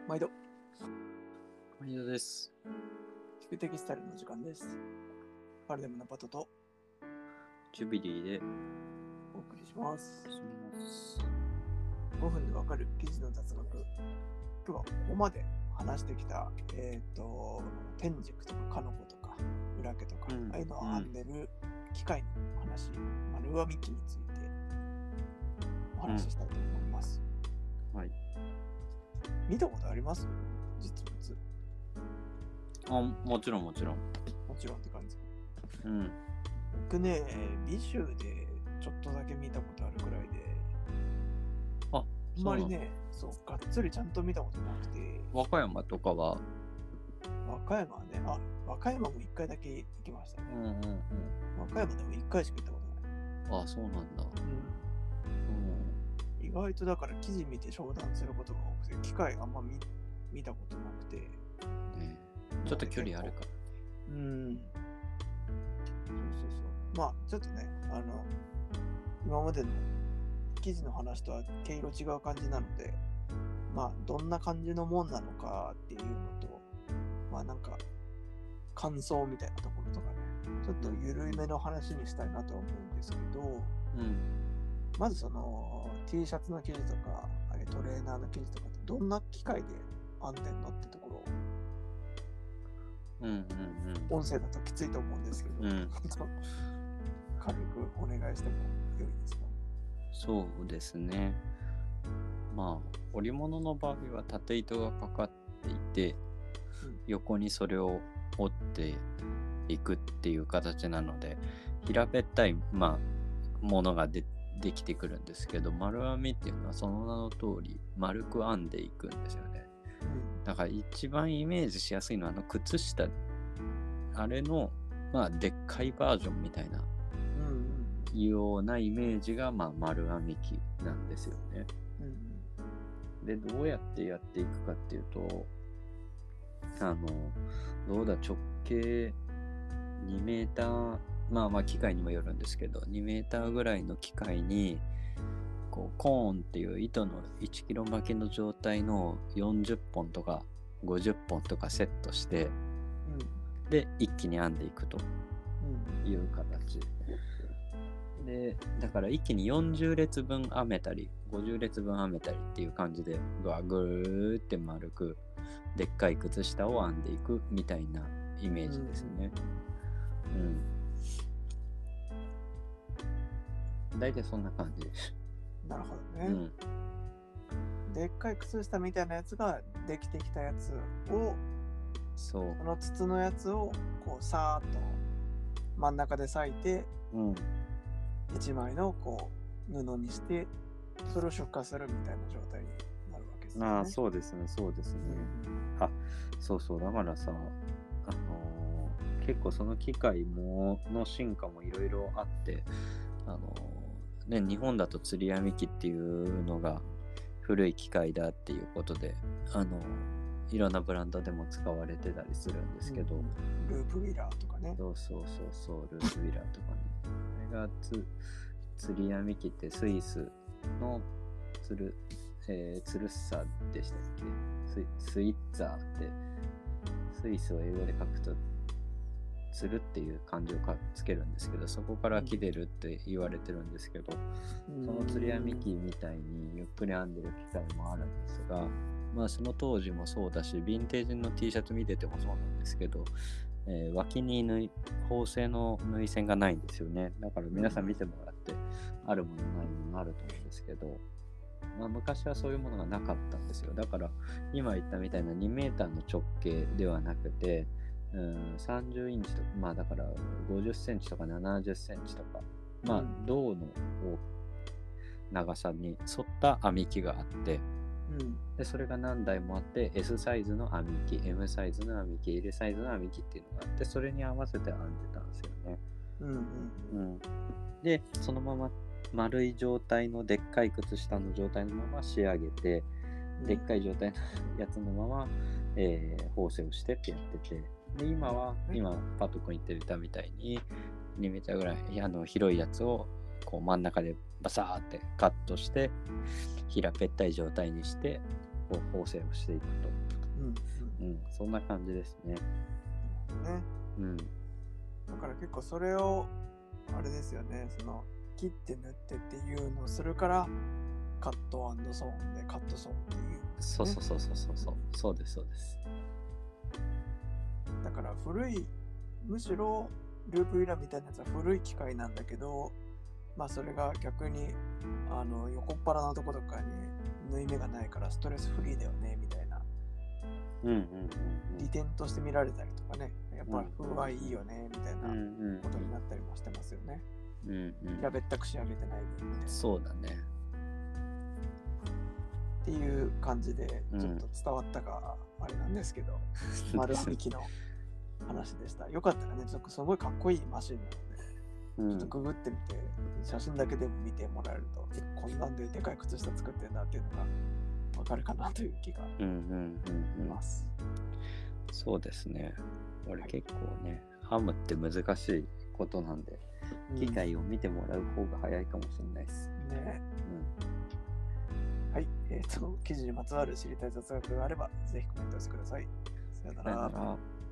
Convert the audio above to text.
毎度毎度です。 聞くテキスタイルの時間です。パルデムのパトとジュビリーでお送りします。 します。 5分でわかる記事の雑学。今日はここまで話してきた天軸とかカノコとか裏毛とか、ああいうのを編んでる機械の話、丸編み機についてお話ししたいと思います。 はい。 見たことあります？実物。 もちろん。 もちろんって感じ。 うん。 僕ね、美州でちょっとだけ見たことあるくらいで、あんまりね、がっつりちゃんと見たことなくて。 和歌山とかは？ 和歌山はね、和歌山も1回だけ行きましたね。和歌山でも1回しか行ったことない。 そうなんだ。 意外とだから記事見て商談することが多くて、機会あんま見たことなくて。 ね、ちょっと距離あるから。 まあちょっとね、今までの記事の話とは毛色違う感じなので、まあどんな感じのもんなのかっていうのと、まあなんか感想みたいなところとかね、ちょっと緩いめの話にしたいなと思うんですけど、まずその T シャツの生地とかトレーナーの生地とかってどんな機械で編んでんのってところを、音声だときついと思うんですけど、軽くお願いしても良いですか？ そうですね。まあ織物の場合は縦糸がかかっていて、横にそれを折っていくっていう形なので、平べったいものができてくるんですけど、丸編みっていうのはその名の通り丸く編んでいくんですよね。だから一番イメージしやすいのは靴下、あれのでっかいバージョンみたいなようなイメージが丸編み機なんですよね。でどうやってやっていくかっていうと、どうだ、直径2メーター、機械にもよるんですけど、2メーターぐらいの機械にこうコーンっていう糸の1キロ巻きの状態の40本とか50本とかセットして、で一気に編んでいくという形で、だから一気に40列分編めたり50列分編めたりっていう感じでぐーって丸くでっかい靴下を編んでいくみたいなイメージですね。大体そんな感じです。 なるほどね。でっかい靴下みたいなやつができてきたやつを、その筒のやつをこうさーっと真ん中で裂いて、一枚のこう布にしてそれを出荷するみたいな状態になるわけですね。 そうですね。そうだからさ、結構その機械の進化もいろいろあって、日本だと釣り編み機っていうのが古い機械だっていうことで、いろんなブランドでも使われてたりするんですけど、 ループウィラーとかね。 そうループウィラーとかね。これが釣り編み機ってスイスのツルッサーでしたっけ？スイッザーって、スイスを英語で書くと釣るっていう漢字をつけるんですけど、そこから来てるって言われてるんですけど、その釣り編み機みたいにゆっくり編んでる機械もあるんですが、その当時もそうだし、ヴィンテージの T シャツ見ててもそうなんですけど、脇に縫製の縫い線がないんですよね。だから皆さん見てもらって、あるものないものあると思うんですけど、昔はそういうものがなかったんですよ。だから今言ったみたいな2メーターの直径ではなくて、30インチとか、だから50センチとか70センチとか、銅の長さに沿った編み機があって、でそれが何台もあって、 S サイズの編み機、 M サイズの編み機、 L サイズの編み機っていうのがあって、それに合わせて編んでたんですよね。でそのまま丸い状態のでっかい靴下の状態のまま仕上げて、でっかい状態のやつのまま、縫製をしてってやってて、で今パト君言ってたみたいに2メーターぐらい広いやつをこう真ん中でバサーってカットして平べったい状態にしてこう縫製をしていくと、そんな感じですね。 ね。 うんだから結構それをあれですよね、その切って塗ってっていうのをするからカット&ソーンでカットソーンっていう、ね、 そうですそうです。 だからむしろループウィラーみたいなやつは古い機械なんだけど、まあそれが逆に横っ腹のとことかに縫い目がないからストレスフリーだよねみたいな利点として見られたりとかね、やっぱり風合いいいよねみたいなことになったりもしてますよね。平べったく仕上げてない分みたいな。 そうだね。 っていう感じでちょっと伝わったかあれなんですけど、丸編み機の話でした。よかったらね、ちょっとすごいかっこいいマシンなので、ちょっとググってみて、写真だけでも見てもらえると、こんなんででかい靴下作ってんだっていうのがわかるかなという気がします。 そうですね。俺結構ね、ハムって難しいことなんで、機械を見てもらう方が早いかもしれないです。 ね。はい、記事にまつわる知りたい雑学があれば、ぜひコメントしてください。さよなら。